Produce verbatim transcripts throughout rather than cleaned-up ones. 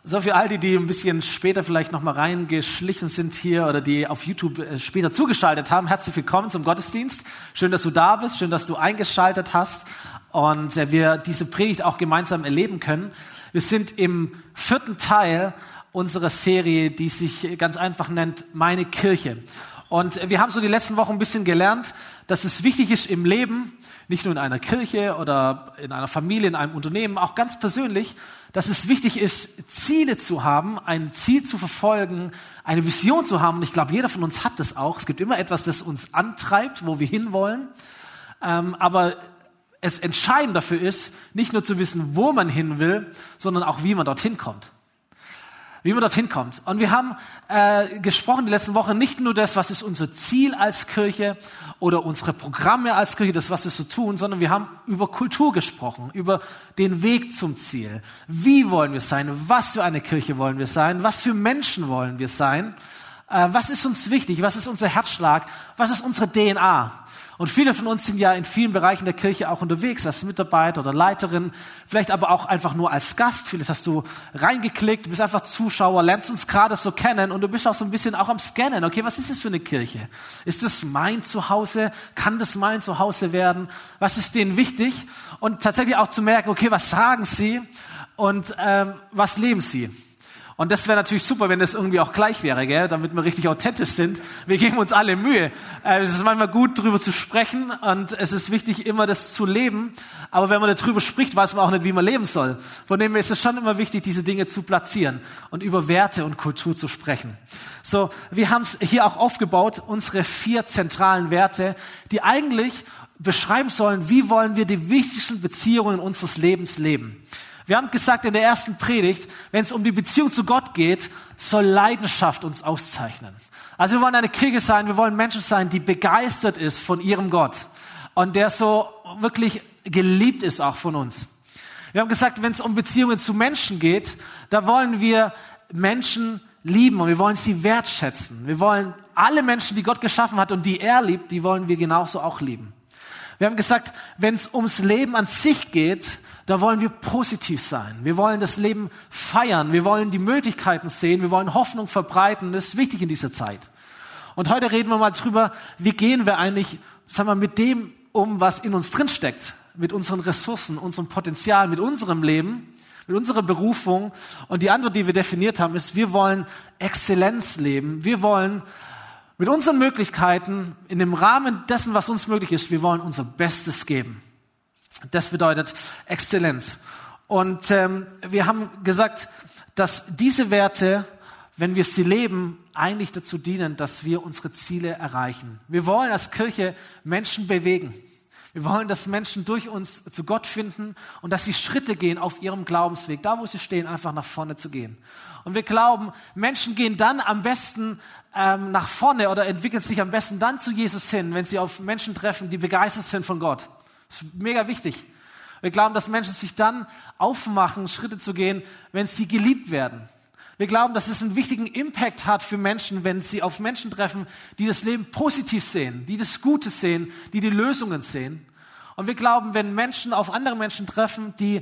So, für all die, die ein bisschen später vielleicht noch mal reingeschlichen sind hier oder die auf YouTube später zugeschaltet haben, herzlich willkommen zum Gottesdienst. Schön, dass du da bist, schön, dass du eingeschaltet hast und wir diese Predigt auch gemeinsam erleben können. Wir sind im vierten Teil unserer Serie, die sich ganz einfach nennt, Meine Kirche. Und wir haben so die letzten Wochen ein bisschen gelernt, dass es wichtig ist im Leben, nicht nur in einer Kirche oder in einer Familie, in einem Unternehmen, auch ganz persönlich, dass es wichtig ist, Ziele zu haben, ein Ziel zu verfolgen, eine Vision zu haben. Und ich glaube, jeder von uns hat das auch. Es gibt immer etwas, das uns antreibt, wo wir hinwollen. Ähm, aber es entscheidend dafür ist, nicht nur zu wissen, wo man hin will, sondern auch, wie man dorthin kommt. Wie man dorthin kommt. Und wir haben äh, gesprochen die letzten Wochen nicht nur das, was ist unser Ziel als Kirche oder unsere Programme als Kirche, das, was wir so tun, sondern wir haben über Kultur gesprochen, über den Weg zum Ziel. Wie wollen wir sein? Was für eine Kirche wollen wir sein? Was für Menschen wollen wir sein? Äh, was ist uns wichtig? Was ist unser Herzschlag? Was ist unsere D N A? Und viele von uns sind ja in vielen Bereichen der Kirche auch unterwegs, als Mitarbeiter oder Leiterin, vielleicht aber auch einfach nur als Gast. Vielleicht hast du reingeklickt, du bist einfach Zuschauer, lernst uns gerade so kennen und du bist auch so ein bisschen auch am Scannen. Okay, was ist das für eine Kirche? Ist das mein Zuhause? Kann das mein Zuhause werden? Was ist denen wichtig? Und tatsächlich auch zu merken, okay, was sagen sie und ähm, was leben sie? Und das wäre natürlich super, wenn das irgendwie auch gleich wäre, gell? Damit wir richtig authentisch sind. Wir geben uns alle Mühe. Es ist manchmal gut, darüber zu sprechen und es ist wichtig, immer das zu leben. Aber wenn man darüber spricht, weiß man auch nicht, wie man leben soll. Von dem her ist es schon immer wichtig, diese Dinge zu platzieren und über Werte und Kultur zu sprechen. So, wir haben es hier auch aufgebaut, unsere vier zentralen Werte, die eigentlich beschreiben sollen, wie wollen wir die wichtigsten Beziehungen unseres Lebens leben. Wir haben gesagt in der ersten Predigt, wenn es um die Beziehung zu Gott geht, soll Leidenschaft uns auszeichnen. Also wir wollen eine Kirche sein, wir wollen Menschen sein, die begeistert ist von ihrem Gott und der so wirklich geliebt ist auch von uns. Wir haben gesagt, wenn es um Beziehungen zu Menschen geht, da wollen wir Menschen lieben und wir wollen sie wertschätzen. Wir wollen alle Menschen, die Gott geschaffen hat und die er liebt, die wollen wir genauso auch lieben. Wir haben gesagt, wenn es ums Leben an sich geht, da wollen wir positiv sein. Wir wollen das Leben feiern. Wir wollen die Möglichkeiten sehen. Wir wollen Hoffnung verbreiten. Das ist wichtig in dieser Zeit. Und heute reden wir mal drüber, wie gehen wir eigentlich, sagen wir, mit dem um, was in uns drinsteckt. Mit unseren Ressourcen, unserem Potenzial, mit unserem Leben, mit unserer Berufung. Und die Antwort, die wir definiert haben, ist, wir wollen Exzellenz leben. Wir wollen mit unseren Möglichkeiten, in dem Rahmen dessen, was uns möglich ist, wir wollen unser Bestes geben. Das bedeutet Exzellenz. Und ähm, wir haben gesagt, dass diese Werte, wenn wir sie leben, eigentlich dazu dienen, dass wir unsere Ziele erreichen. Wir wollen als Kirche Menschen bewegen. Wir wollen, dass Menschen durch uns zu Gott finden und dass sie Schritte gehen auf ihrem Glaubensweg, da wo sie stehen, einfach nach vorne zu gehen. Und wir glauben, Menschen gehen dann am besten ähm, nach vorne oder entwickeln sich am besten dann zu Jesus hin, wenn sie auf Menschen treffen, die begeistert sind von Gott. Das ist mega wichtig. Wir glauben, dass Menschen sich dann aufmachen, Schritte zu gehen, wenn sie geliebt werden. Wir glauben, dass es einen wichtigen Impact hat für Menschen, wenn sie auf Menschen treffen, die das Leben positiv sehen, die das Gute sehen, die die Lösungen sehen. Und wir glauben, wenn Menschen auf andere Menschen treffen, die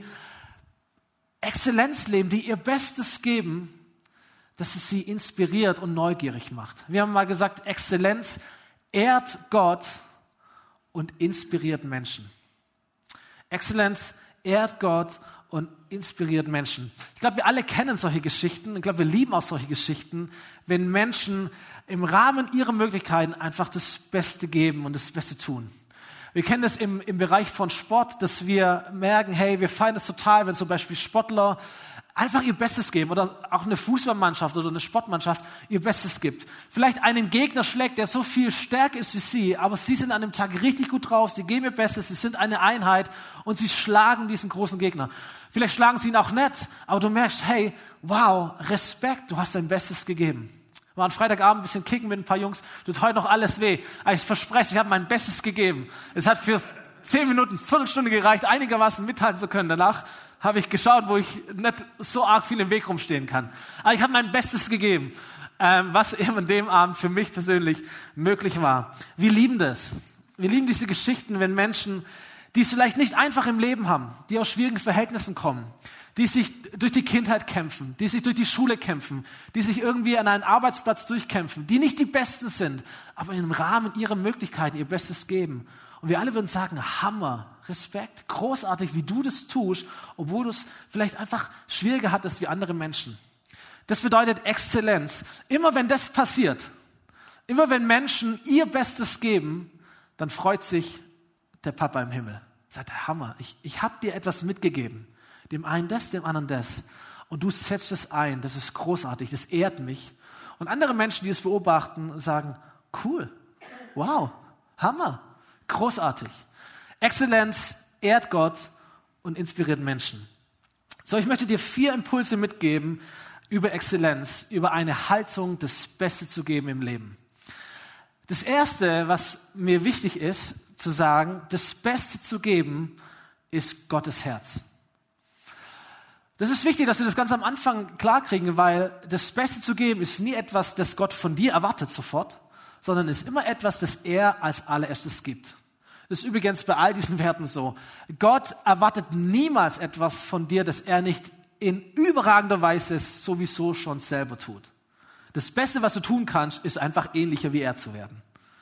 Exzellenz leben, die ihr Bestes geben, dass es sie inspiriert und neugierig macht. Wir haben mal gesagt, Exzellenz ehrt Gott und inspiriert Menschen. Exzellenz ehrt Gott und inspiriert Menschen. Ich glaube, wir alle kennen solche Geschichten. Ich glaube, wir lieben auch solche Geschichten, wenn Menschen im Rahmen ihrer Möglichkeiten einfach das Beste geben und das Beste tun. Wir kennen das im, im Bereich von Sport, dass wir merken, hey, wir feiern es total, wenn zum Beispiel Sportler einfach ihr Bestes geben oder auch eine Fußballmannschaft oder eine Sportmannschaft ihr Bestes gibt. Vielleicht einen Gegner schlägt, der so viel stärker ist wie sie, aber sie sind an dem Tag richtig gut drauf, sie geben ihr Bestes, sie sind eine Einheit und sie schlagen diesen großen Gegner. Vielleicht schlagen sie ihn auch nicht, aber du merkst, hey, wow, Respekt, du hast dein Bestes gegeben. Wir waren Freitagabend ein bisschen kicken mit ein paar Jungs, tut heute noch alles weh, aber ich verspreche, ich habe mein Bestes gegeben. Es hat für zehn Minuten, Viertelstunde gereicht, einigermaßen mithalten zu können. Danach habe ich geschaut, wo ich nicht so arg viel im Weg rumstehen kann. Aber ich habe mein Bestes gegeben, ähm, was eben an dem Abend für mich persönlich möglich war. Wir lieben das. Wir lieben diese Geschichten, wenn Menschen die es vielleicht nicht einfach im Leben haben, die aus schwierigen Verhältnissen kommen, die sich durch die Kindheit kämpfen, die sich durch die Schule kämpfen, die sich irgendwie an einen Arbeitsplatz durchkämpfen, die nicht die Besten sind, aber im Rahmen ihrer Möglichkeiten ihr Bestes geben. Und wir alle würden sagen, Hammer, Respekt, großartig, wie du das tust, obwohl du es vielleicht einfach schwieriger hattest wie andere Menschen. Das bedeutet Exzellenz. Immer wenn das passiert, immer wenn Menschen ihr Bestes geben, dann freut sich der Papa im Himmel. Sagt er, Hammer, ich, ich habe dir etwas mitgegeben. Dem einen das, dem anderen das. Und du setzt es ein, das ist großartig, das ehrt mich. Und andere Menschen, die es beobachten, sagen, cool, wow, Hammer, großartig. Exzellenz ehrt Gott und inspiriert Menschen. So, ich möchte dir vier Impulse mitgeben über Exzellenz, über eine Haltung, das Beste zu geben im Leben. Das Erste, was mir wichtig ist, zu sagen, das Beste zu geben, ist Gottes Herz. Das ist wichtig, dass wir das ganz am Anfang klarkriegen, weil das Beste zu geben ist nie etwas, das Gott von dir erwartet sofort, sondern ist immer etwas, das er als allererstes gibt. Das ist übrigens bei all diesen Werten so. Gott erwartet niemals etwas von dir, das er nicht in überragender Weise sowieso schon selber tut. Das Beste, was du tun kannst, ist einfach ähnlicher wie er zu werden.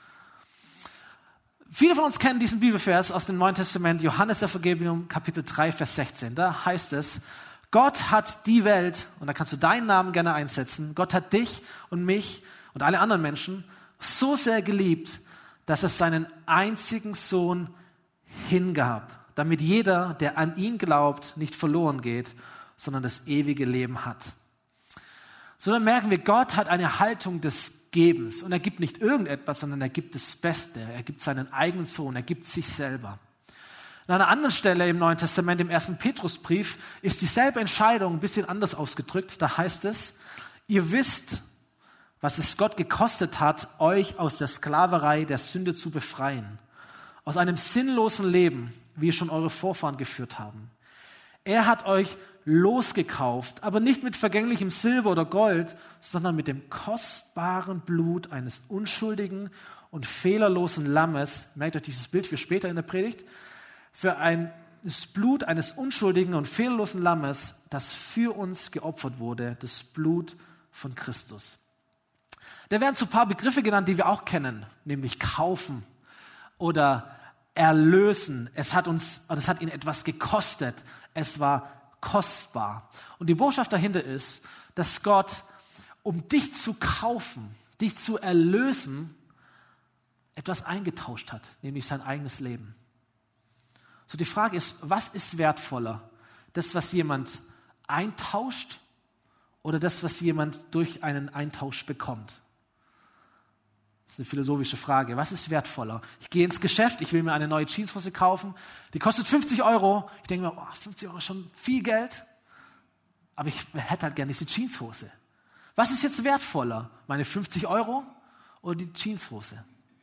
Viele von uns kennen diesen Bibelvers aus dem Neuen Testament, Johannes Evangelium, Kapitel drei, Vers sechzehn. Da heißt es, Gott hat die Welt, und da kannst du deinen Namen gerne einsetzen, Gott hat dich und mich und alle anderen Menschen so sehr geliebt, dass es seinen einzigen Sohn hingab, damit jeder, der an ihn glaubt, nicht verloren geht, sondern das ewige Leben hat. So dann merken wir, Gott hat eine Haltung des Gebens und er gibt nicht irgendetwas, sondern er gibt das Beste. Er gibt seinen eigenen Sohn, er gibt sich selber. An einer anderen Stelle im Neuen Testament, im ersten Petrusbrief, ist dieselbe Entscheidung ein bisschen anders ausgedrückt. Da heißt es, ihr wisst, was es Gott gekostet hat, euch aus der Sklaverei der Sünde zu befreien. Aus einem sinnlosen Leben, wie schon eure Vorfahren geführt haben. Er hat euch losgekauft, aber nicht mit vergänglichem Silber oder Gold, sondern mit dem kostbaren Blut eines unschuldigen und fehlerlosen Lammes. Merkt euch dieses Bild für später in der Predigt. Für ein, das Blut eines unschuldigen und fehlerlosen Lammes, das für uns geopfert wurde, das Blut von Christus. Da werden so ein paar Begriffe genannt, die wir auch kennen, nämlich kaufen oder erlösen. Es hat uns, oder es hat ihn etwas gekostet. Es war kostbar. Und die Botschaft dahinter ist, dass Gott, um dich zu kaufen, dich zu erlösen, etwas eingetauscht hat, nämlich sein eigenes Leben. So die Frage ist, was ist wertvoller? Das, was jemand eintauscht oder das, was jemand durch einen Eintausch bekommt? Das ist eine philosophische Frage. Was ist wertvoller? Ich gehe ins Geschäft, ich will mir eine neue Jeanshose kaufen. Die kostet fünfzig Euro. Ich denke mir, oh, fünfzig Euro ist schon viel Geld. Aber ich hätte halt gerne diese Jeanshose. Was ist jetzt wertvoller? Meine fünfzig Euro oder die Jeanshose?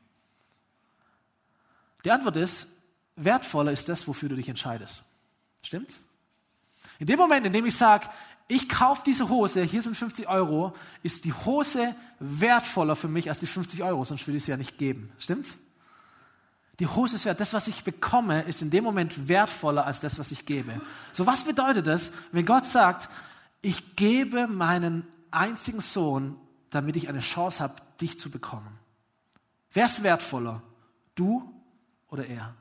Die Antwort ist, wertvoller ist das, wofür du dich entscheidest. Stimmt's? In dem Moment, in dem ich sage, ich kaufe diese Hose, hier sind fünfzig Euro, ist die Hose wertvoller für mich als die fünfzig Euro, sonst würde ich sie ja nicht geben. Stimmt's? Die Hose ist wert. Das, was ich bekomme, ist in dem Moment wertvoller als das, was ich gebe. So, was bedeutet das, wenn Gott sagt, ich gebe meinen einzigen Sohn, damit ich eine Chance habe, dich zu bekommen? Wer ist wertvoller? Du oder er?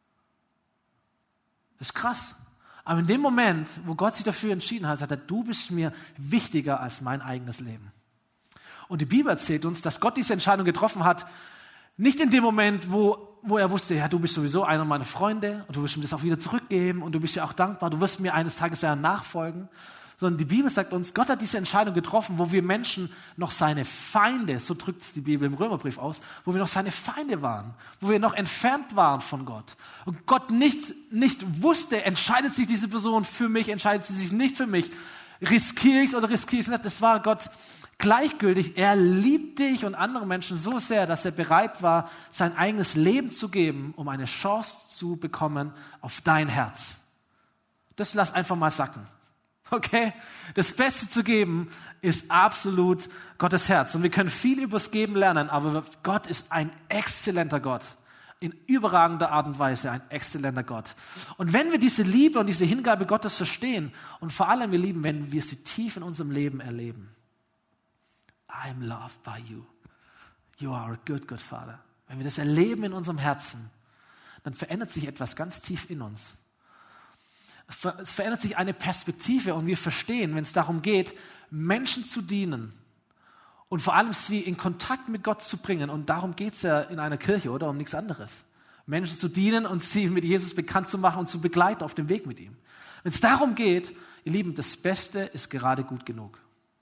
Das ist krass. Aber in dem Moment, wo Gott sich dafür entschieden hat, sagt er, du bist mir wichtiger als mein eigenes Leben. Und die Bibel erzählt uns, dass Gott diese Entscheidung getroffen hat, nicht in dem Moment, wo, wo er wusste, ja, du bist sowieso einer meiner Freunde und du wirst mir das auch wieder zurückgeben und du bist ja auch dankbar, du wirst mir eines Tages ja nachfolgen, sondern die Bibel sagt uns, Gott hat diese Entscheidung getroffen, wo wir Menschen noch seine Feinde, so drückt es die Bibel im Römerbrief aus, wo wir noch seine Feinde waren, wo wir noch entfernt waren von Gott. Und Gott nicht, nicht wusste, entscheidet sich diese Person für mich, entscheidet sie sich nicht für mich, riskiere ich es oder riskiere ich es nicht. Das war Gott gleichgültig. Er liebt dich und andere Menschen so sehr, dass er bereit war, sein eigenes Leben zu geben, um eine Chance zu bekommen auf dein Herz. Das lass einfach mal sacken. Okay? Das Beste zu geben ist absolut Gottes Herz. Und wir können viel übers Geben lernen, aber Gott ist ein exzellenter Gott. in überragender Art und Weise ein exzellenter Gott. Und wenn wir diese Liebe und diese Hingabe Gottes verstehen und vor allem, wir lieben, wenn wir sie tief in unserem Leben erleben. I am loved by you. You are a good, good Father. Wenn wir das erleben in unserem Herzen, dann verändert sich etwas ganz tief in uns. Es verändert sich eine Perspektive und wir verstehen, wenn es darum geht, Menschen zu dienen und vor allem sie in Kontakt mit Gott zu bringen. Und darum geht es ja in einer Kirche, oder? Um nichts anderes. Menschen zu dienen und sie mit Jesus bekannt zu machen und zu begleiten auf dem Weg mit ihm. Wenn es darum geht, ihr Lieben, das Beste ist gerade gut genug.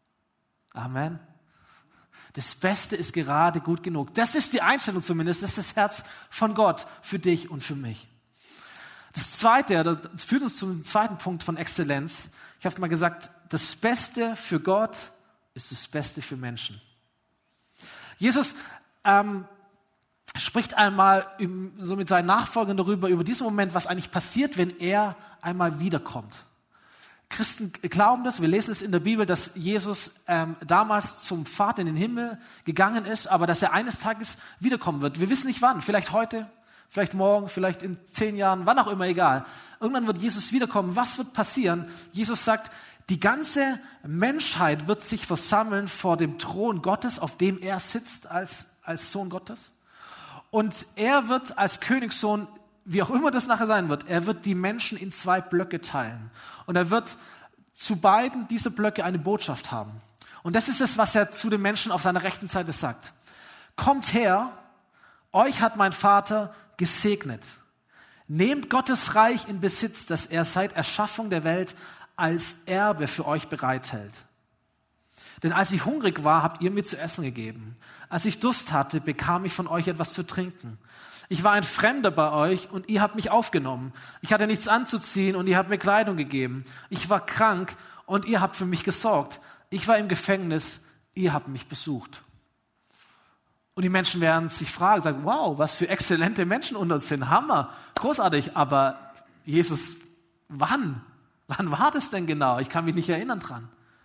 Amen. Das Beste ist gerade gut genug. Das ist die Einstellung zumindest, das ist das Herz von Gott für dich und für mich. Das Zweite, das führt uns zum zweiten Punkt von Exzellenz. Ich habe mal gesagt, das Beste für Gott ist das Beste für Menschen. Jesus ähm, spricht einmal im, so mit seinen Nachfolgern darüber, über diesen Moment, was eigentlich passiert, wenn er einmal wiederkommt. Christen glauben das, wir lesen es in der Bibel, dass Jesus ähm, damals zum Vater in den Himmel gegangen ist, aber dass er eines Tages wiederkommen wird. Wir wissen nicht wann, vielleicht heute, vielleicht morgen, vielleicht in zehn Jahren, wann auch immer, egal. Irgendwann wird Jesus wiederkommen. Was wird passieren? Jesus sagt, die ganze Menschheit wird sich versammeln vor dem Thron Gottes, auf dem er sitzt als, als Sohn Gottes. Und er wird als Königssohn, wie auch immer das nachher sein wird, er wird die Menschen in zwei Blöcke teilen. Und er wird zu beiden dieser Blöcke eine Botschaft haben. Und das ist es, was er zu den Menschen auf seiner rechten Seite sagt. Kommt her, euch hat mein Vater gesegnet. Nehmt Gottes Reich in Besitz, das er seit Erschaffung der Welt als Erbe für euch bereithält. Denn als ich hungrig war, habt ihr mir zu essen gegeben. Als ich Durst hatte, bekam ich von euch etwas zu trinken. Ich war ein Fremder bei euch und ihr habt mich aufgenommen. Ich hatte nichts anzuziehen und ihr habt mir Kleidung gegeben. Ich war krank und ihr habt für mich gesorgt. Ich war im Gefängnis, ihr habt mich besucht. Und die Menschen werden sich fragen, sagen, wow, was für exzellente Menschen unter uns sind. Hammer, großartig. Aber Jesus, wann? Wann war das denn genau? Ich kann mich nicht erinnern dran.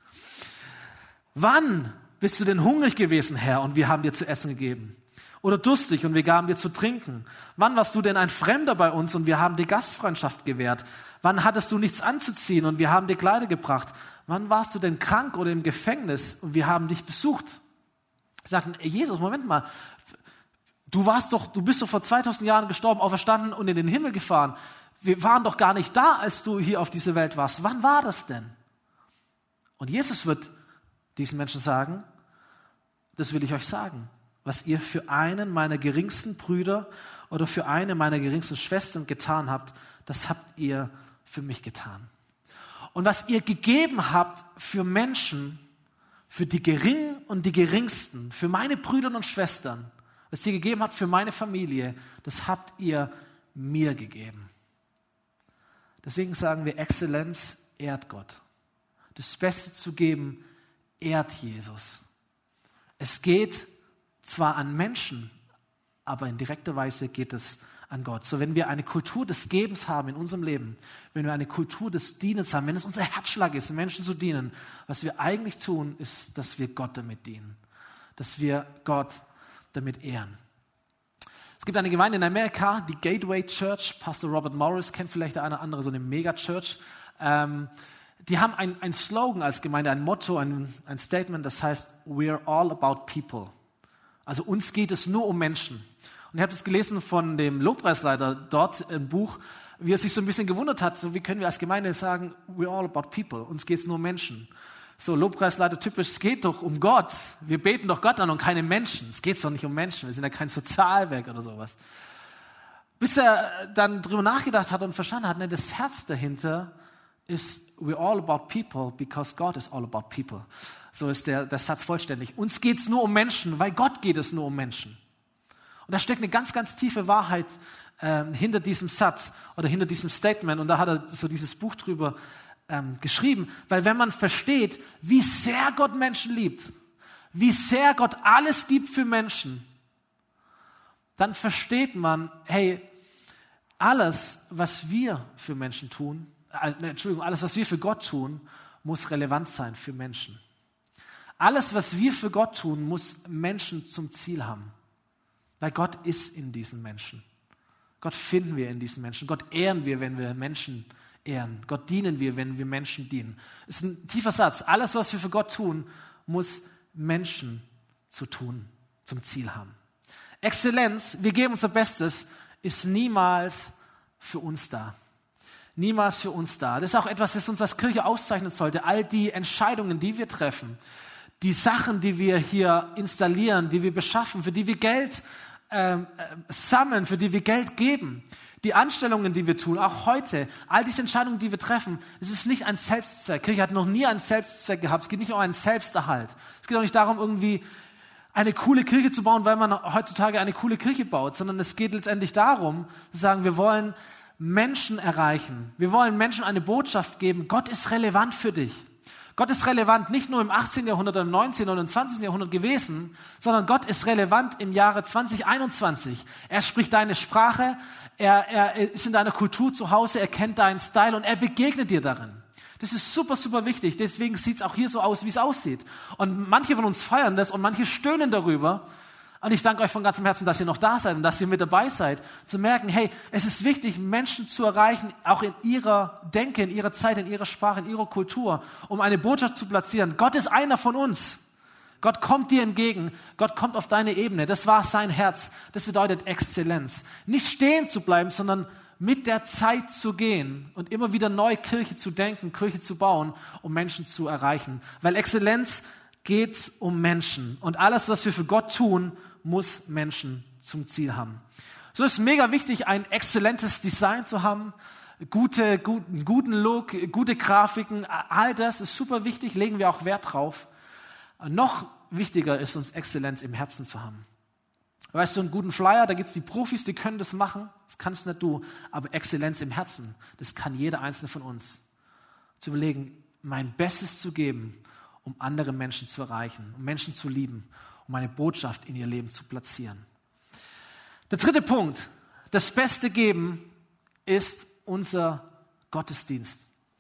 Wann bist du denn hungrig gewesen, Herr, und wir haben dir zu essen gegeben? Oder durstig und wir gaben dir zu trinken? Wann warst du denn ein Fremder bei uns und wir haben dir Gastfreundschaft gewährt? Wann hattest du nichts anzuziehen und wir haben dir Kleider gebracht? Wann warst du denn krank oder im Gefängnis und wir haben dich besucht? Wir sagten, ey Jesus, Moment mal, du warst doch, du bist doch vor zweitausend Jahren gestorben, auferstanden und in den Himmel gefahren. Wir waren doch gar nicht da, als du hier auf dieser Welt warst. Wann war das denn? Und Jesus wird diesen Menschen sagen, das will ich euch sagen. Was ihr für einen meiner geringsten Brüder oder für eine meiner geringsten Schwestern getan habt, das habt ihr für mich getan. Und was ihr gegeben habt für Menschen, für die Geringen und die Geringsten, für meine Brüder und Schwestern, was ihr gegeben habt für meine Familie, das habt ihr mir gegeben. Deswegen sagen wir, Exzellenz ehrt Gott. Das Beste zu geben, ehrt Jesus. Es geht zwar an Menschen, aber in direkter Weise geht es an Gott. So, wenn wir eine Kultur des Gebens haben in unserem Leben, wenn wir eine Kultur des Dienens haben, wenn es unser Herzschlag ist, Menschen zu dienen, was wir eigentlich tun, ist, dass wir Gott damit dienen, dass wir Gott damit ehren. Es gibt eine Gemeinde in Amerika, die Gateway Church, Pastor Robert Morris, kennt vielleicht der eine oder andere, so eine Mega-Church. Ähm, die haben ein, ein Slogan als Gemeinde, ein Motto, ein, ein Statement, das heißt, we're all about people. Also uns geht es nur um Menschen. Und ich habe das gelesen von dem Lobpreisleiter dort im Buch, wie er sich so ein bisschen gewundert hat, so wie können wir als Gemeinde sagen, we're all about people, uns geht es nur um Menschen. So, Lobpreisleiter typisch, es geht doch um Gott. Wir beten doch Gott an und keine Menschen. Es geht doch nicht um Menschen, wir sind ja kein Sozialwerk oder sowas. Bis er dann drüber nachgedacht hat und verstanden hat, ne, das Herz dahinter ist, we're all about people because God is all about people. So ist der, der Satz vollständig. Uns geht es nur um Menschen, weil Gott geht es nur um Menschen. Und da steckt eine ganz, ganz tiefe Wahrheit ähm, hinter diesem Satz oder hinter diesem Statement. Und da hat er so dieses Buch drüber ähm, geschrieben. Weil wenn man versteht, wie sehr Gott Menschen liebt, wie sehr Gott alles gibt für Menschen, dann versteht man, hey, alles, was wir für Menschen tun, äh, Entschuldigung, alles, was wir für Gott tun, muss relevant sein für Menschen. Alles, was wir für Gott tun, muss Menschen zum Ziel haben. Weil Gott ist in diesen Menschen. Gott finden wir in diesen Menschen. Gott ehren wir, wenn wir Menschen ehren. Gott dienen wir, wenn wir Menschen dienen. Das ist ein tiefer Satz. Alles, was wir für Gott tun, muss Menschen zu tun, zum Ziel haben. Exzellenz, wir geben unser Bestes, ist niemals für uns da. Niemals für uns da. Das ist auch etwas, das uns als Kirche auszeichnen sollte. All die Entscheidungen, die wir treffen, die Sachen, die wir hier installieren, die wir beschaffen, für die wir Geld ähm, äh, sammeln, für die wir Geld geben, die Anstellungen, die wir tun, auch heute, all diese Entscheidungen, die wir treffen, es ist nicht ein Selbstzweck. Kirche hat noch nie einen Selbstzweck gehabt. Es geht nicht um einen Selbsterhalt. Es geht auch nicht darum, irgendwie eine coole Kirche zu bauen, weil man heutzutage eine coole Kirche baut, sondern es geht letztendlich darum, zu sagen, wir wollen Menschen erreichen. Wir wollen Menschen eine Botschaft geben. Gott ist relevant für dich. Gott ist relevant nicht nur im achtzehnten Jahrhundert, im neunzehnten oder im zwanzigsten Jahrhundert gewesen, sondern Gott ist relevant im Jahre zwanzig einundzwanzig. Er spricht deine Sprache, er, er ist in deiner Kultur zu Hause, er kennt deinen Style und er begegnet dir darin. Das ist super, super wichtig. Deswegen sieht es auch hier so aus, wie es aussieht. Und manche von uns feiern das und manche stöhnen darüber. Und ich danke euch von ganzem Herzen, dass ihr noch da seid und dass ihr mit dabei seid, zu merken, hey, es ist wichtig, Menschen zu erreichen, auch in ihrer Denke, in ihrer Zeit, in ihrer Sprache, in ihrer Kultur, um eine Botschaft zu platzieren. Gott ist einer von uns. Gott kommt dir entgegen. Gott kommt auf deine Ebene. Das war sein Herz. Das bedeutet Exzellenz. Nicht stehen zu bleiben, sondern mit der Zeit zu gehen und immer wieder neu Kirche zu denken, Kirche zu bauen, um Menschen zu erreichen. Weil Exzellenz geht's um Menschen. Und alles, was wir für Gott tun, muss Menschen zum Ziel haben. So ist es mega wichtig, ein exzellentes Design zu haben, gute, gut, einen guten Look, gute Grafiken, all das ist super wichtig, legen wir auch Wert drauf. Noch wichtiger ist uns Exzellenz im Herzen zu haben. Weißt du, einen guten Flyer, da gibt es die Profis, die können das machen, das kannst nicht du, aber Exzellenz im Herzen, das kann jeder Einzelne von uns. Zu überlegen, mein Bestes zu geben, um andere Menschen zu erreichen, um Menschen zu lieben, um eine Botschaft in ihr Leben zu platzieren. Der dritte Punkt, das Beste geben, ist unser Gottesdienst.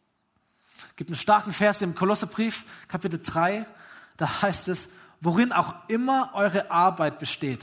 Es gibt einen starken Vers im Kolosserbrief, Kapitel drei, da heißt es, worin auch immer eure Arbeit besteht.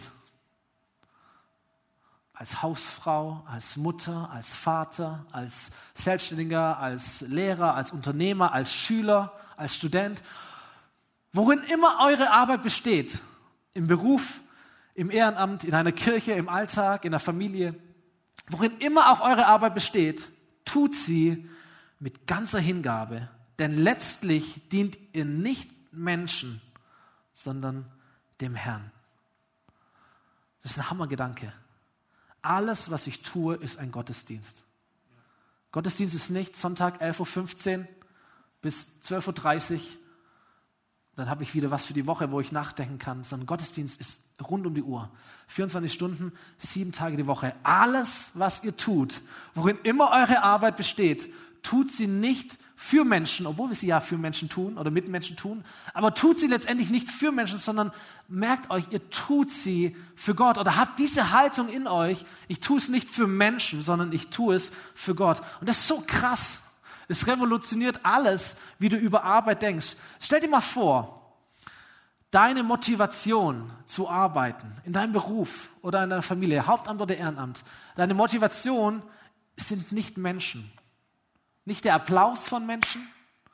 Als Hausfrau, als Mutter, als Vater, als Selbstständiger, als Lehrer, als Unternehmer, als Schüler, als Student. Worin immer eure Arbeit besteht, im Beruf, im Ehrenamt, in einer Kirche, im Alltag, in der Familie, worin immer auch eure Arbeit besteht, tut sie mit ganzer Hingabe, denn letztlich dient ihr nicht Menschen, sondern dem Herrn. Das ist ein Hammergedanke. Alles, was ich tue, ist ein Gottesdienst. Gottesdienst ist nicht Sonntag elf Uhr fünfzehn bis zwölf Uhr dreißig. Dann habe ich wieder was für die Woche, wo ich nachdenken kann. Sondern Gottesdienst ist rund um die Uhr. vierundzwanzig Stunden, sieben Tage die Woche. Alles, was ihr tut, worin immer eure Arbeit besteht, tut sie nicht für Menschen, obwohl wir sie ja für Menschen tun oder mit Menschen tun, aber tut sie letztendlich nicht für Menschen, sondern merkt euch, ihr tut sie für Gott oder habt diese Haltung in euch, ich tue es nicht für Menschen, sondern ich tue es für Gott. Und das ist so krass. Es revolutioniert alles, wie du über Arbeit denkst. Stell dir mal vor, deine Motivation zu arbeiten, in deinem Beruf oder in deiner Familie, Hauptamt oder Ehrenamt, deine Motivation sind nicht Menschen. Nicht der Applaus von Menschen.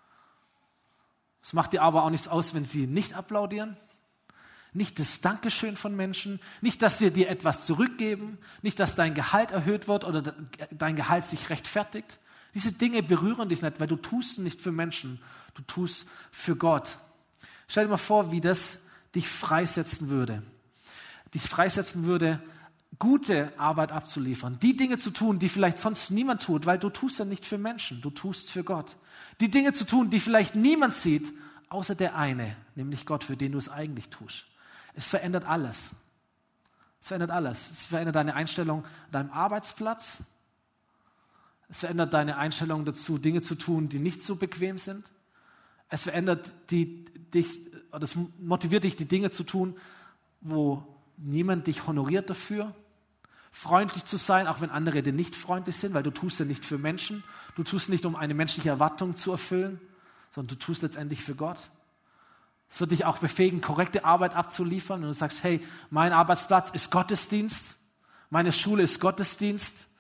Es macht dir aber auch nichts aus, wenn sie nicht applaudieren. Nicht das Dankeschön von Menschen. Nicht, dass sie dir etwas zurückgeben. Nicht, dass dein Gehalt erhöht wird oder dein Gehalt sich rechtfertigt. Diese Dinge berühren dich nicht, weil du tust nicht für Menschen. Du tust für Gott. Stell dir mal vor, wie das dich freisetzen würde. Dich freisetzen würde, gute Arbeit abzuliefern, die Dinge zu tun, die vielleicht sonst niemand tut, weil du tust ja nicht für Menschen, du tust für Gott. Die Dinge zu tun, die vielleicht niemand sieht, außer der eine, nämlich Gott, für den du es eigentlich tust. Es verändert alles. Es verändert alles. Es verändert deine Einstellung an deinem Arbeitsplatz. Es verändert deine Einstellung dazu, Dinge zu tun, die nicht so bequem sind. Es verändert die, dich, oder es motiviert dich, die Dinge zu tun, wo niemand dich honoriert dafür. Freundlich zu sein, auch wenn andere dir nicht freundlich sind, weil du tust ja nicht für Menschen. Du tust nicht, um eine menschliche Erwartung zu erfüllen, sondern du tust letztendlich für Gott. Es wird dich auch befähigen, korrekte Arbeit abzuliefern. Und du sagst, hey, mein Arbeitsplatz ist Gottesdienst. Meine Schule ist Gottesdienst.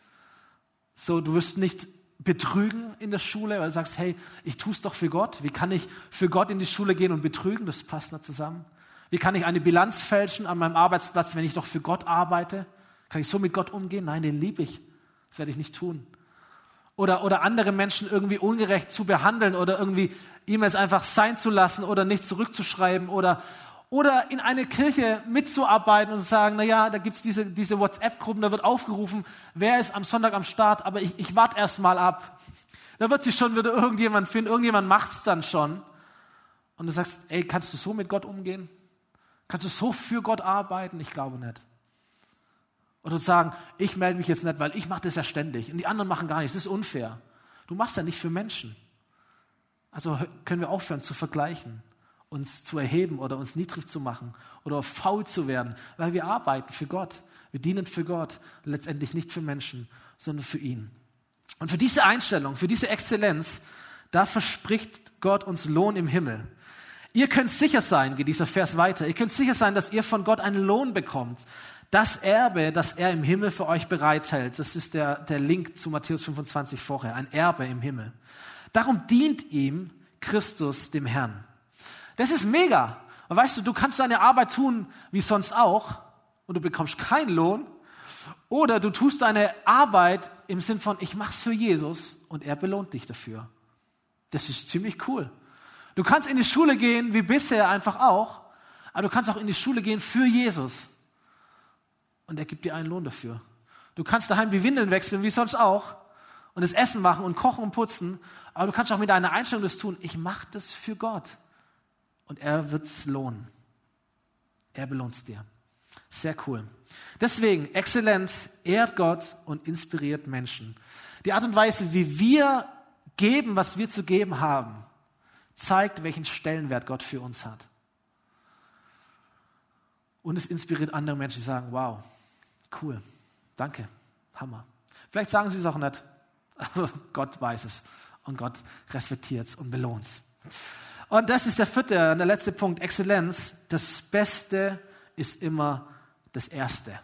So, du wirst nicht betrügen in der Schule, weil du sagst, hey, ich tue es doch für Gott. Wie kann ich für Gott in die Schule gehen und betrügen? Das passt nicht zusammen. Wie kann ich eine Bilanz fälschen an meinem Arbeitsplatz, wenn ich doch für Gott arbeite? Kann ich so mit Gott umgehen? Nein, den liebe ich. Das werde ich nicht tun. Oder, oder andere Menschen irgendwie ungerecht zu behandeln oder irgendwie E-Mails einfach sein zu lassen oder nicht zurückzuschreiben oder, oder in eine Kirche mitzuarbeiten und zu sagen, na ja, da gibt's diese, diese WhatsApp-Gruppen, da wird aufgerufen, wer ist am Sonntag am Start, aber ich, ich warte erst mal ab. Da wird sich schon wieder irgendjemand finden, irgendjemand macht's dann schon. Und du sagst, ey, kannst du so mit Gott umgehen? Kannst du so für Gott arbeiten? Ich glaube nicht. Oder sagen, ich melde mich jetzt nicht, weil ich mache das ja ständig und die anderen machen gar nichts. Das ist unfair. Du machst ja nicht für Menschen. Also können wir aufhören zu vergleichen, uns zu erheben oder uns niedrig zu machen oder faul zu werden, weil wir arbeiten für Gott. Wir dienen für Gott, letztendlich nicht für Menschen, sondern für ihn. Und für diese Einstellung, für diese Exzellenz, da verspricht Gott uns Lohn im Himmel. Ihr könnt sicher sein, geht dieser Vers weiter, ihr könnt sicher sein, dass ihr von Gott einen Lohn bekommt. Das Erbe, das er im Himmel für euch bereithält, das ist der, der Link zu Matthäus fünfundzwanzig vorher, ein Erbe im Himmel. Darum dient ihm Christus, dem Herrn. Das ist mega. Und weißt du, du kannst deine Arbeit tun, wie sonst auch, und du bekommst keinen Lohn. Oder du tust deine Arbeit im Sinn von, ich mach's für Jesus und er belohnt dich dafür. Das ist ziemlich cool. Du kannst in die Schule gehen, wie bisher einfach auch, aber du kannst auch in die Schule gehen für Jesus. Und er gibt dir einen Lohn dafür. Du kannst daheim die Windeln wechseln, wie sonst auch, und das Essen machen und kochen und putzen, aber du kannst auch mit deiner Einstellung das tun, ich mache das für Gott. Und er wird's lohnen. Er belohnt's dir. Sehr cool. Deswegen, Exzellenz ehrt Gott und inspiriert Menschen. Die Art und Weise, wie wir geben, was wir zu geben haben, zeigt, welchen Stellenwert Gott für uns hat. Und es inspiriert andere Menschen, die sagen, wow, cool, danke, Hammer. Vielleicht sagen sie es auch nicht, aber Gott weiß es und Gott respektiert es und belohnt es. Und das ist der vierte und der letzte Punkt, Exzellenz. Das Beste ist immer das Erste.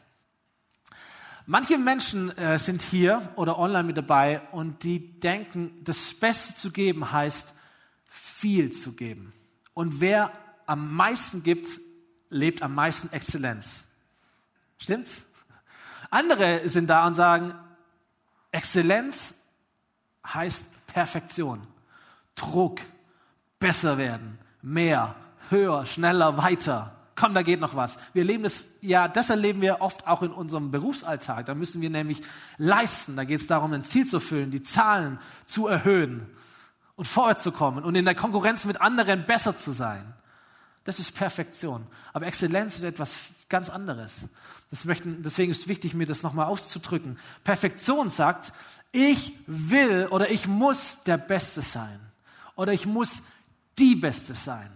Manche Menschen äh, sind hier oder online mit dabei und die denken, das Beste zu geben heißt, viel zu geben. Und wer am meisten gibt, lebt am meisten Exzellenz. Stimmt's? Andere sind da und sagen, Exzellenz heißt Perfektion, Druck, besser werden, mehr, höher, schneller, weiter. Komm, da geht noch was. Wir leben das, ja, das erleben wir oft auch in unserem Berufsalltag. Da müssen wir nämlich leisten. Da geht es darum, ein Ziel zu erfüllen, die Zahlen zu erhöhen und vorwärts zu kommen und in der Konkurrenz mit anderen besser zu sein. Das ist Perfektion. Aber Exzellenz ist etwas ganz anderes. Das möchten, deswegen ist es wichtig, mir das nochmal auszudrücken. Perfektion sagt, ich will oder ich muss der Beste sein. Oder ich muss die Beste sein.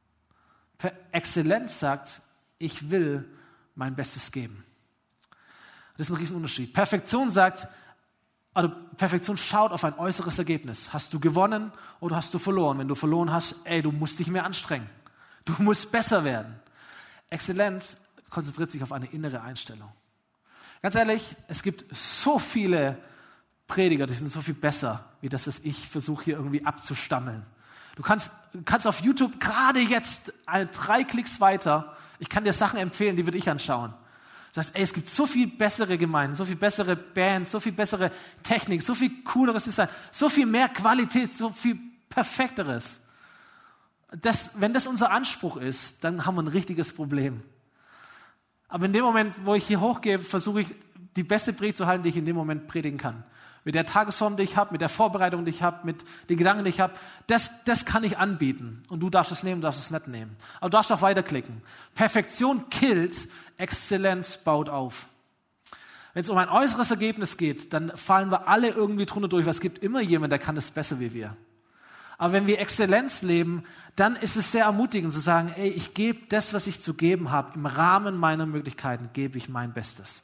Exzellenz sagt, ich will mein Bestes geben. Das ist ein Riesenunterschied. Perfektion sagt, also Perfektion schaut auf ein äußeres Ergebnis. Hast du gewonnen oder hast du verloren? Wenn du verloren hast, ey, du musst dich mehr anstrengen. Du musst besser werden. Exzellenz konzentriert sich auf eine innere Einstellung. Ganz ehrlich, es gibt so viele Prediger, die sind so viel besser, wie das, was ich versuche hier irgendwie abzustammeln. Du kannst, kannst auf YouTube gerade jetzt ein, drei Klicks weiter, ich kann dir Sachen empfehlen, die würde ich anschauen. Du sagst, ey, es gibt so viel bessere Gemeinden, so viel bessere Bands, so viel bessere Technik, so viel cooleres Design, so viel mehr Qualität, so viel perfekteres. Das, wenn das unser Anspruch ist, dann haben wir ein richtiges Problem. Aber in dem Moment, wo ich hier hochgehe, versuche ich, die beste Predigt zu halten, die ich in dem Moment predigen kann. Mit der Tagesform, die ich habe, mit der Vorbereitung, die ich habe, mit den Gedanken, die ich habe, das, das kann ich anbieten. Und du darfst es nehmen, du darfst es nicht nehmen. Aber du darfst auch weiterklicken. Perfektion killt, Exzellenz baut auf. Wenn es um ein äußeres Ergebnis geht, dann fallen wir alle irgendwie drunter durch, weil es gibt immer jemanden, der kann es besser wie wir. Aber wenn wir Exzellenz leben, dann ist es sehr ermutigend zu sagen, ey, ich gebe das, was ich zu geben habe, im Rahmen meiner Möglichkeiten gebe ich mein Bestes.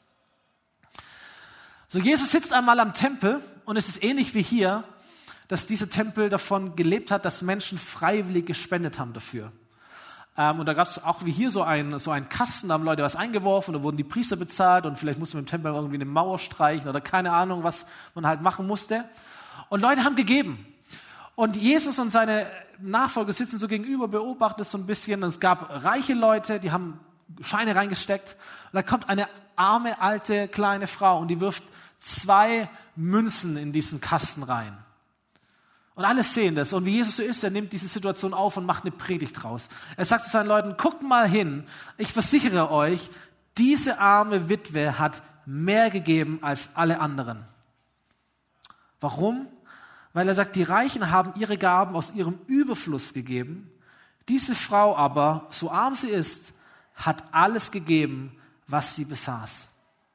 So, Jesus sitzt einmal am Tempel und es ist ähnlich wie hier, dass dieser Tempel davon gelebt hat, dass Menschen freiwillig gespendet haben dafür. Ähm, und da gab es auch wie hier so einen so einen Kasten, da haben Leute was eingeworfen, da wurden die Priester bezahlt und vielleicht musste man im Tempel irgendwie eine Mauer streichen oder keine Ahnung, was man halt machen musste. Und Leute haben gegeben. Und Jesus und seine Nachfolger sitzen so gegenüber, beobachten es so ein bisschen. Und es gab reiche Leute, die haben Scheine reingesteckt. Und da kommt eine arme, alte, kleine Frau und die wirft zwei Münzen in diesen Kasten rein. Und alle sehen das. Und wie Jesus so ist, er nimmt diese Situation auf und macht eine Predigt draus. Er sagt zu seinen Leuten, guckt mal hin, ich versichere euch, diese arme Witwe hat mehr gegeben als alle anderen. Warum? Weil er sagt, die Reichen haben ihre Gaben aus ihrem Überfluss gegeben. Diese Frau aber, so arm sie ist, hat alles gegeben, was sie besaß.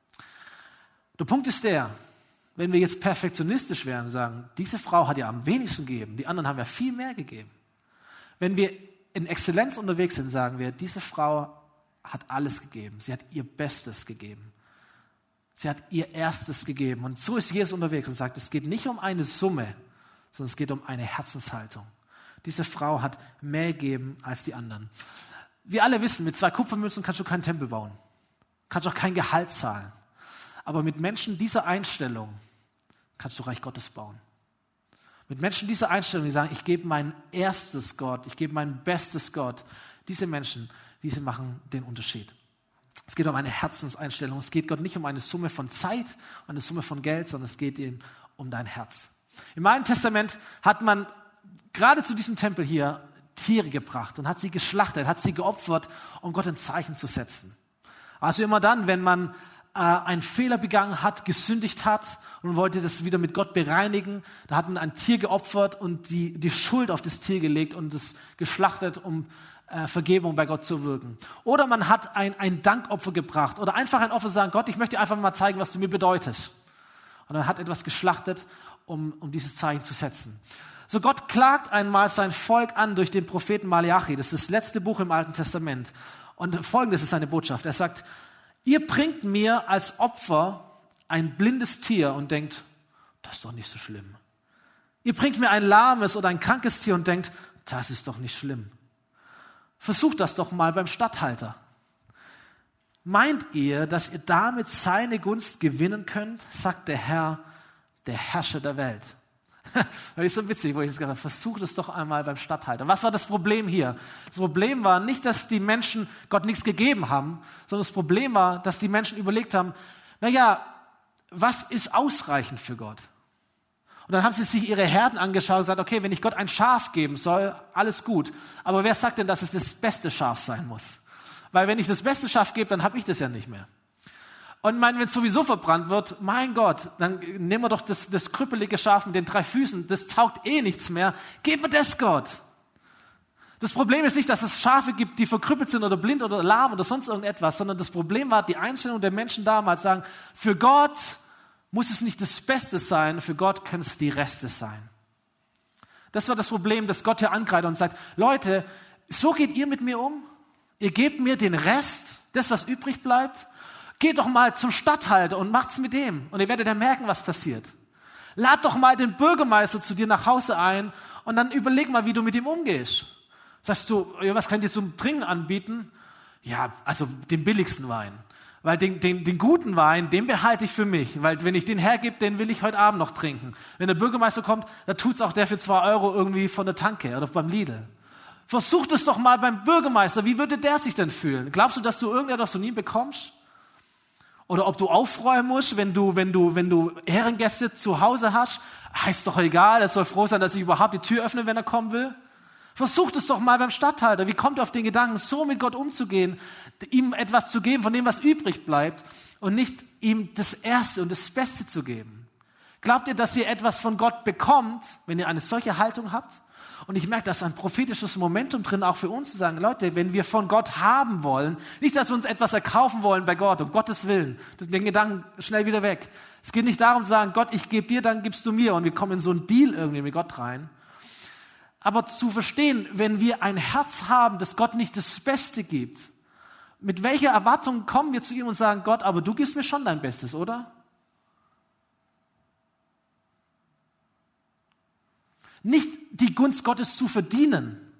Der Punkt ist der, wenn wir jetzt perfektionistisch wären und sagen, diese Frau hat ja am wenigsten gegeben, die anderen haben ja viel mehr gegeben. Wenn wir in Exzellenz unterwegs sind, sagen wir, diese Frau hat alles gegeben. Sie hat ihr Bestes gegeben. Sie hat ihr Erstes gegeben. Und so ist Jesus unterwegs und sagt, es geht nicht um eine Summe, sondern es geht um eine Herzenshaltung. Diese Frau hat mehr gegeben als die anderen. Wir alle wissen, mit zwei Kupfermünzen kannst du keinen Tempel bauen. Kannst auch kein Gehalt zahlen. Aber mit Menschen dieser Einstellung kannst du Reich Gottes bauen. Mit Menschen dieser Einstellung, die sagen, ich gebe mein erstes Gott, ich gebe mein bestes Gott. Diese Menschen, diese machen den Unterschied. Es geht um eine Herzenseinstellung. Es geht Gott nicht um eine Summe von Zeit, eine Summe von Geld, sondern es geht ihm um dein Herz. Im Alten Testament hat man gerade zu diesem Tempel hier Tiere gebracht und hat sie geschlachtet, hat sie geopfert, um Gott ein Zeichen zu setzen. Also immer dann, wenn man äh, einen Fehler begangen hat, gesündigt hat und wollte das wieder mit Gott bereinigen, da hat man ein Tier geopfert und die, die Schuld auf das Tier gelegt und es geschlachtet, um äh, Vergebung bei Gott zu wirken. Oder man hat ein, ein Dankopfer gebracht oder einfach ein Opfer sagen, Gott, ich möchte dir einfach mal zeigen, was du mir bedeutest. Und dann hat etwas geschlachtet, um, um dieses Zeichen zu setzen. So, Gott klagt einmal sein Volk an durch den Propheten Maleachi. Das ist das letzte Buch im Alten Testament. Und folgendes ist seine Botschaft. Er sagt, ihr bringt mir als Opfer ein blindes Tier und denkt, das ist doch nicht so schlimm. Ihr bringt mir ein lahmes oder ein krankes Tier und denkt, das ist doch nicht schlimm. Versucht das doch mal beim Statthalter. Meint ihr, dass ihr damit seine Gunst gewinnen könnt, sagt der Herr, der Herrscher der Welt. Das ist so witzig, wo ich das gesagt habe, versucht es doch einmal beim Statthalter. Was war das Problem hier? Das Problem war nicht, dass die Menschen Gott nichts gegeben haben, sondern das Problem war, dass die Menschen überlegt haben, naja, was ist ausreichend für Gott? Und dann haben sie sich ihre Herden angeschaut und gesagt, okay, wenn ich Gott ein Schaf geben soll, alles gut. Aber wer sagt denn, dass es das beste Schaf sein muss? Weil wenn ich das beste Schaf gebe, dann habe ich das ja nicht mehr. Und mein, wenn es sowieso verbrannt wird, mein Gott, dann nehmen wir doch das, das krüppelige Schaf mit den drei Füßen, das taugt eh nichts mehr, gib mir das Gott. Das Problem ist nicht, dass es Schafe gibt, die verkrüppelt sind oder blind oder lahm oder sonst irgendetwas, sondern das Problem war die Einstellung der Menschen damals, sagen, für Gott muss es nicht das Beste sein, für Gott können es die Reste sein. Das war das Problem, das Gott hier angreift und sagt, Leute, so geht ihr mit mir um? Ihr gebt mir den Rest, das, was übrig bleibt? Geht doch mal zum Statthalter und macht's mit dem. Und ihr werdet ja merken, was passiert. Lad doch mal den Bürgermeister zu dir nach Hause ein und dann überleg mal, wie du mit ihm umgehst. Sagst du, ja, was kann ich dir zum Trinken anbieten? Ja, also den billigsten Wein. Weil den, den, den guten Wein, den behalte ich für mich. Weil wenn ich den hergebe, den will ich heute Abend noch trinken. Wenn der Bürgermeister kommt, dann tut's auch der für zwei Euro irgendwie von der Tanke oder beim Lidl. Versuch es doch mal beim Bürgermeister. Wie würde der sich denn fühlen? Glaubst du, dass du irgendetwas von ihm bekommst? Oder ob du aufräumen musst, wenn du, wenn du, wenn du Ehrengäste zu Hause hast, heißt doch egal, er soll froh sein, dass ich überhaupt die Tür öffne, wenn er kommen will. Versucht es doch mal beim Statthalter. Wie kommt ihr auf den Gedanken, so mit Gott umzugehen, ihm etwas zu geben, von dem, was übrig bleibt und nicht ihm das Erste und das Beste zu geben? Glaubt ihr, dass ihr etwas von Gott bekommt, wenn ihr eine solche Haltung habt? Und ich merke, da ist ein prophetisches Momentum drin, auch für uns zu sagen, Leute, wenn wir von Gott haben wollen, nicht, dass wir uns etwas erkaufen wollen bei Gott, um Gottes Willen, den Gedanken schnell wieder weg. Es geht nicht darum zu sagen, Gott, ich gebe dir, dann gibst du mir und wir kommen in so einen Deal irgendwie mit Gott rein. Aber zu verstehen, wenn wir ein Herz haben, das Gott nicht das Beste gibt, mit welcher Erwartung kommen wir zu ihm und sagen, Gott, aber du gibst mir schon dein Bestes, oder? Nicht die Gunst Gottes zu verdienen,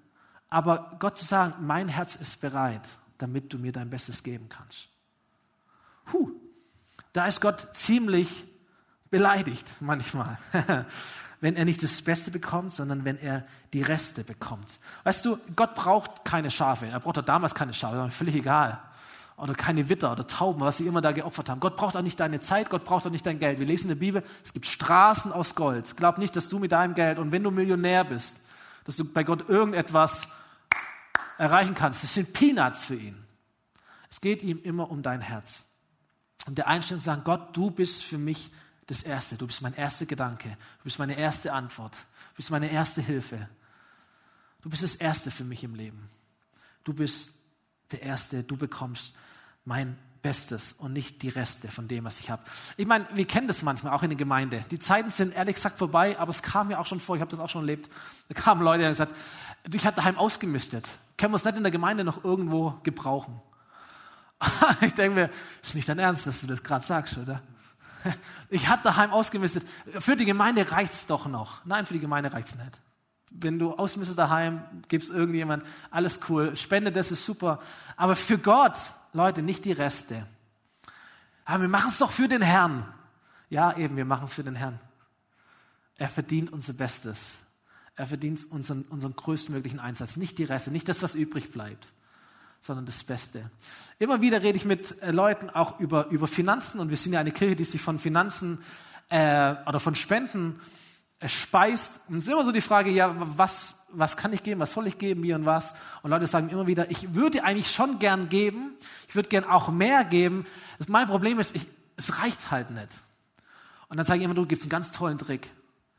Aber Gott zu sagen, mein Herz ist bereit, damit du mir dein Bestes geben kannst. Huh, da ist Gott ziemlich beleidigt manchmal, wenn er nicht das Beste bekommt, sondern wenn er die Reste bekommt. Weißt du, Gott braucht keine Schafe. Er brauchte damals keine Schafe, das war völlig egal. Oder keine Witter oder Tauben, was sie immer da geopfert haben. Gott braucht auch nicht deine Zeit, Gott braucht auch nicht dein Geld. Wir lesen in der Bibel, es gibt Straßen aus Gold. Glaub nicht, dass du mit deinem Geld und wenn du Millionär bist, dass du bei Gott irgendetwas erreichen kannst. Das sind Peanuts für ihn. Es geht ihm immer um dein Herz. Und der Einstellung zu sagen, Gott, du bist für mich das Erste. Du bist mein erster Gedanke. Du bist meine erste Antwort. Du bist meine erste Hilfe. Du bist das Erste für mich im Leben. Du bist der Erste. Du bekommst mein Bestes und nicht die Reste von dem, was ich habe. Ich meine, wir kennen das manchmal auch in der Gemeinde. Die Zeiten sind ehrlich gesagt vorbei, aber es kam mir auch schon vor, ich habe das auch schon erlebt, da kamen Leute, die haben gesagt, ich habe daheim ausgemistet. Können wir es nicht in der Gemeinde noch irgendwo gebrauchen? Ich denke mir, ist nicht dein Ernst, dass du das gerade sagst, oder? Ich habe daheim ausgemistet. Für die Gemeinde reicht's doch noch. Nein, für die Gemeinde reicht's nicht. Wenn du ausmistest daheim, gibt's irgendjemand, alles cool, spende, das ist super. Aber für Gott, Leute, nicht die Reste. Aber wir machen es doch für den Herrn. Ja, eben, wir machen es für den Herrn. Er verdient unser Bestes. Er verdient unseren, unseren größtmöglichen Einsatz. Nicht die Reste, nicht das, was übrig bleibt, sondern das Beste. Immer wieder rede ich mit äh, Leuten auch über, über Finanzen und wir sind ja eine Kirche, die sich von Finanzen äh, oder von Spenden äh, speist. Und es ist immer so die Frage, ja, was, was kann ich geben, was soll ich geben, wie und was? Und Leute sagen immer wieder, ich würde eigentlich schon gern geben, ich würde gern auch mehr geben. Das, mein Problem ist, ich, es reicht halt nicht. Und dann sage ich immer, du gibst einen ganz tollen Trick.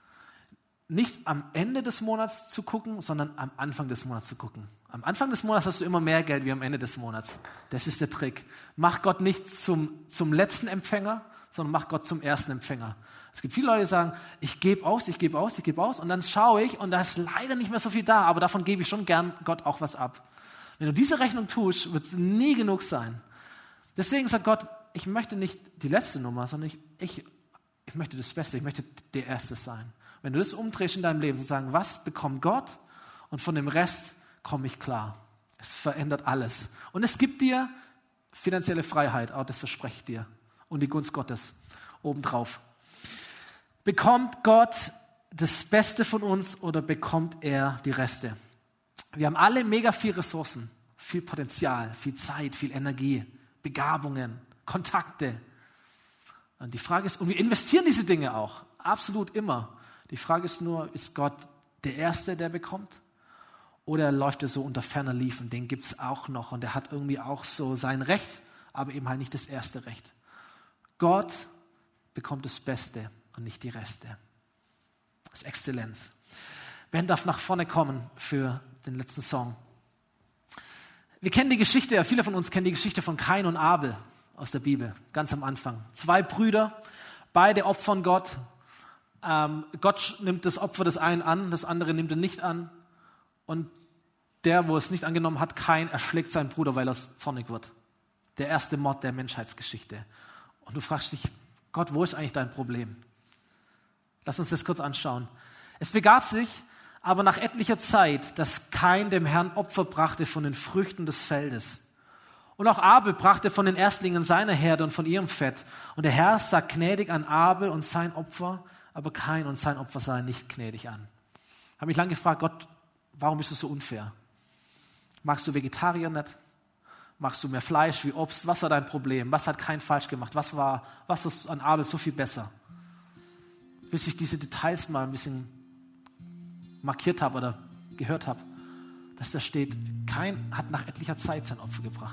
Nicht am Ende des Monats zu gucken, sondern am Anfang des Monats zu gucken. Am Anfang des Monats hast du immer mehr Geld wie am Ende des Monats. Das ist der Trick. Mach Gott nicht zum, zum letzten Empfänger, sondern mach Gott zum ersten Empfänger. Es gibt viele Leute, die sagen, ich gebe aus, ich gebe aus, ich gebe aus und dann schaue ich und da ist leider nicht mehr so viel da, aber davon gebe ich schon gern Gott auch was ab. Wenn du diese Rechnung tust, wird es nie genug sein. Deswegen sagt Gott, ich möchte nicht die letzte Nummer, sondern ich, ich, ich möchte das Beste, ich möchte der Erste sein. Wenn du das umdrehst in deinem Leben und sagst, was bekommt Gott und von dem Rest komme ich klar. Es verändert alles. Und es gibt dir finanzielle Freiheit, auch das verspreche ich dir. Und die Gunst Gottes obendrauf. Bekommt Gott das Beste von uns oder bekommt er die Reste? Wir haben alle mega viel Ressourcen, viel Potenzial, viel Zeit, viel Energie, Begabungen, Kontakte. Und die Frage ist, und wir investieren diese Dinge auch, absolut immer. Die Frage ist nur, ist Gott der Erste, der bekommt? Oder läuft er so unter ferner Liefen? Den gibt es auch noch und er hat irgendwie auch so sein Recht, aber eben halt nicht das erste Recht. Gott bekommt das Beste und nicht die Reste. Das ist Exzellenz. Ben darf nach vorne kommen für den letzten Song. Wir kennen die Geschichte, viele von uns kennen die Geschichte von Kain und Abel aus der Bibel, ganz am Anfang. Zwei Brüder, beide opfern Gott. Ähm, Gott nimmt das Opfer des einen an, das andere nimmt er nicht an. Und der, wo es nicht angenommen hat, Kain, erschlägt seinen Bruder, weil er zornig wird. Der erste Mord der Menschheitsgeschichte. Und du fragst dich, Gott, wo ist eigentlich dein Problem? Lass uns das kurz anschauen. Es begab sich aber nach etlicher Zeit, dass Kain dem Herrn Opfer brachte von den Früchten des Feldes. Und auch Abel brachte von den Erstlingen seiner Herde und von ihrem Fett. Und der Herr sah gnädig an Abel und sein Opfer, aber Kain und sein Opfer sah nicht gnädig an. Ich habe mich lange gefragt, Gott, warum bist du so unfair? Magst du Vegetarier nicht? Magst du mehr Fleisch wie Obst? Was war dein Problem? Was hat Kain falsch gemacht? Was war, was ist an Abel so viel besser? Bis ich diese Details mal ein bisschen markiert habe oder gehört habe, dass da steht, Kain hat nach etlicher Zeit sein Opfer gebracht.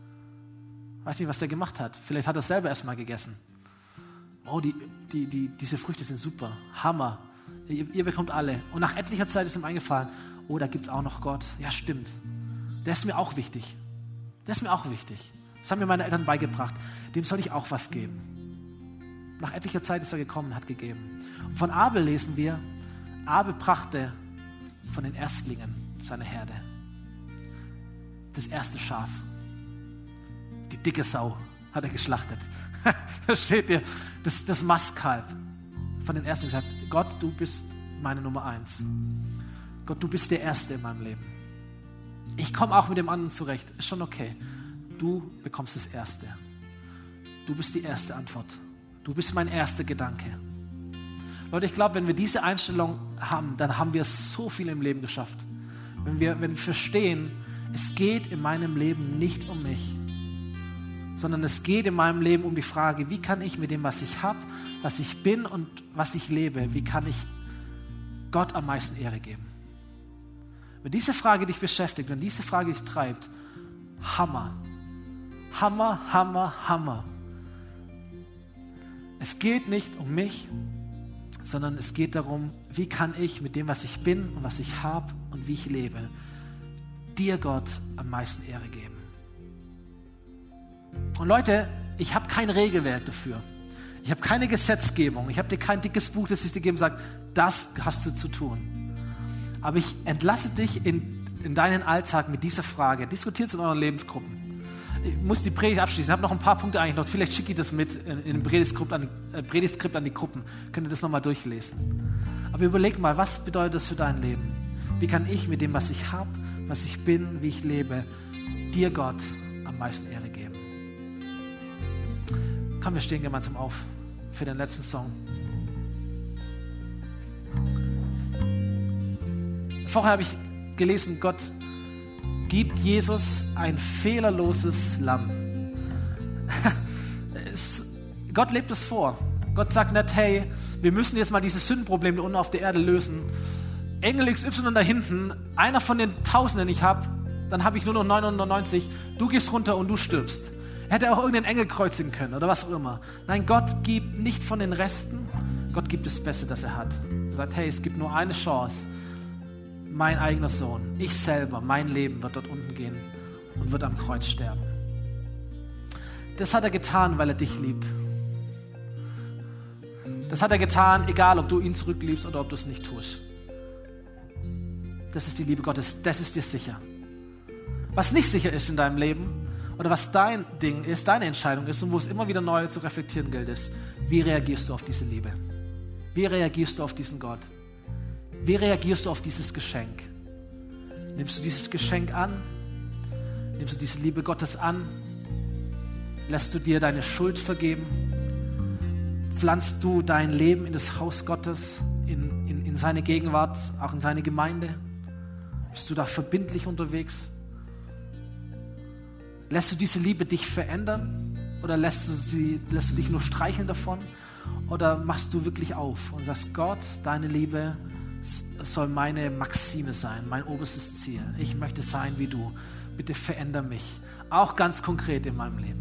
Weiß nicht, was der gemacht hat. Vielleicht hat er es selber erst mal gegessen. Oh, die, die, die, diese Früchte sind super. Hammer. Ihr, ihr bekommt alle. Und nach etlicher Zeit ist ihm eingefallen, oh, da gibt es auch noch Gott. Ja, stimmt. Der ist mir auch wichtig. Der ist mir auch wichtig. Das haben mir meine Eltern beigebracht. Dem soll ich auch was geben. Nach etlicher Zeit ist er gekommen und hat gegeben. Und von Abel lesen wir, Abel brachte von den Erstlingen seiner Herde das erste Schaf. Die dicke Sau hat er geschlachtet. Da steht dir, das, das Mastkalb von den Ersten gesagt, Gott, du bist meine Nummer eins. Gott, du bist der Erste in meinem Leben. Ich komme auch mit dem anderen zurecht. Ist schon okay. Du bekommst das Erste. Du bist die erste Antwort. Du bist mein erster Gedanke. Leute, ich glaube, wenn wir diese Einstellung haben, dann haben wir so viel im Leben geschafft. Wenn wir, wenn wir verstehen, es geht in meinem Leben nicht um mich, sondern es geht in meinem Leben um die Frage, wie kann ich mit dem, was ich habe, was ich bin und was ich lebe, wie kann ich Gott am meisten Ehre geben? Wenn diese Frage dich beschäftigt, wenn diese Frage dich treibt, Hammer, Hammer, Hammer, Hammer. Es geht nicht um mich, sondern es geht darum, wie kann ich mit dem, was ich bin und was ich habe und wie ich lebe, dir, Gott, am meisten Ehre geben. Und Leute, ich habe kein Regelwerk dafür. Ich habe keine Gesetzgebung. Ich habe dir kein dickes Buch, das ich dir gebe und sage, das hast du zu tun. Aber ich entlasse dich in, in deinen Alltag mit dieser Frage. Diskutiert es in euren Lebensgruppen. Ich muss die Predigt abschließen. Ich habe noch ein paar Punkte eigentlich noch. Vielleicht schicke ich das mit in, in dem Predigtskript an, äh, Predigtskript an die Gruppen. Könnt ihr das nochmal durchlesen. Aber überleg mal, was bedeutet das für dein Leben? Wie kann ich mit dem, was ich habe, was ich bin, wie ich lebe, dir, Gott, am meisten Ehre geben? Komm, wir stehen gemeinsam auf für den letzten Song. Vorher habe ich gelesen, Gott gibt Jesus ein fehlerloses Lamm. es, Gott lebt es vor. Gott sagt nicht, hey, wir müssen jetzt mal dieses Sündenproblem da unten auf der Erde lösen. Engel X Y da hinten, einer von den Tausenden ich habe, dann habe ich nur noch neunhundertneunundneunzig, du gehst runter und du stirbst. Er hätte auch irgendeinen Engel kreuzigen können oder was auch immer. Nein, Gott gibt nicht von den Resten, Gott gibt das Beste, das er hat. Er sagt, hey, es gibt nur eine Chance. Mein eigener Sohn, ich selber, mein Leben wird dort unten gehen und wird am Kreuz sterben. Das hat er getan, weil er dich liebt. Das hat er getan, egal ob du ihn zurückliebst oder ob du es nicht tust. Das ist die Liebe Gottes, das ist dir sicher. Was nicht sicher ist in deinem Leben oder was dein Ding ist, deine Entscheidung ist und wo es immer wieder neu zu reflektieren gilt, ist, wie reagierst du auf diese Liebe? Wie reagierst du auf diesen Gott? Wie reagierst du auf dieses Geschenk? Nimmst du dieses Geschenk an? Nimmst du diese Liebe Gottes an? Lässt du dir deine Schuld vergeben? Pflanzt du dein Leben in das Haus Gottes, in, in, in seine Gegenwart, auch in seine Gemeinde? Bist du da verbindlich unterwegs? Lässt du diese Liebe dich verändern? Oder lässt du, sie, lässt du dich nur streicheln davon? Oder machst du wirklich auf und sagst, Gott, deine Liebe soll meine Maxime sein, mein oberstes Ziel. Ich möchte sein wie du. Bitte veränder mich. Auch ganz konkret in meinem Leben.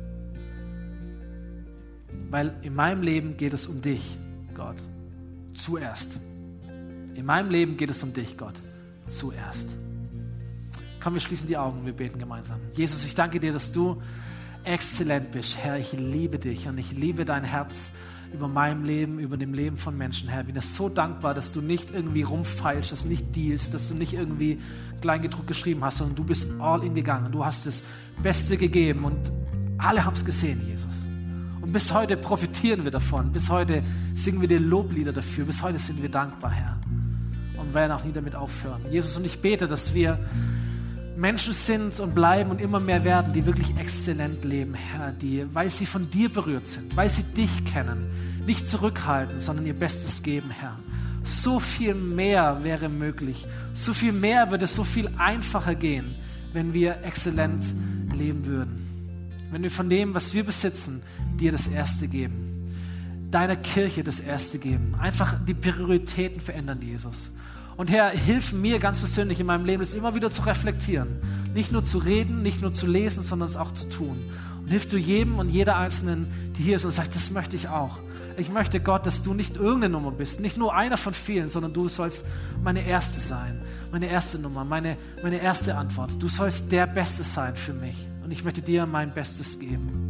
Weil in meinem Leben geht es um dich, Gott. Zuerst. In meinem Leben geht es um dich, Gott. Zuerst. Komm, wir schließen die Augen, wir beten gemeinsam. Jesus, ich danke dir, dass du exzellent bist. Herr, ich liebe dich und ich liebe dein Herz über meinem Leben, über dem Leben von Menschen. Herr, ich bin so dankbar, dass du nicht irgendwie rumfeilst, dass du nicht dealst, dass du nicht irgendwie kleingedruckt geschrieben hast, sondern du bist all in gegangen. Du hast das Beste gegeben und alle haben es gesehen, Jesus. Und bis heute profitieren wir davon. Bis heute singen wir dir Loblieder dafür. Bis heute sind wir dankbar, Herr. Und werden auch nie damit aufhören. Jesus, und ich bete, dass wir Menschen sind und bleiben und immer mehr werden, die wirklich exzellent leben, Herr, die, weil sie von dir berührt sind, weil sie dich kennen, nicht zurückhalten, sondern ihr Bestes geben, Herr. So viel mehr wäre möglich, so viel mehr würde so viel einfacher gehen, wenn wir exzellent leben würden. Wenn wir von dem, was wir besitzen, dir das Erste geben, deiner Kirche das Erste geben, einfach die Prioritäten verändern, Jesus. Und Herr, hilf mir ganz persönlich in meinem Leben, das immer wieder zu reflektieren. Nicht nur zu reden, nicht nur zu lesen, sondern es auch zu tun. Und hilf du jedem und jeder Einzelnen, die hier ist und sagt, das möchte ich auch. Ich möchte, Gott, dass du nicht irgendeine Nummer bist, nicht nur einer von vielen, sondern du sollst meine erste sein, meine erste Nummer, meine, meine erste Antwort. Du sollst der Beste sein für mich. Und ich möchte dir mein Bestes geben.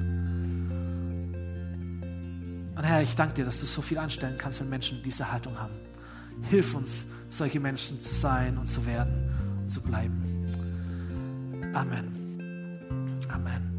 Und Herr, ich danke dir, dass du so viel anstellen kannst, wenn Menschen diese Haltung haben. Hilf uns, solche Menschen zu sein und zu werden und zu bleiben. Amen. Amen.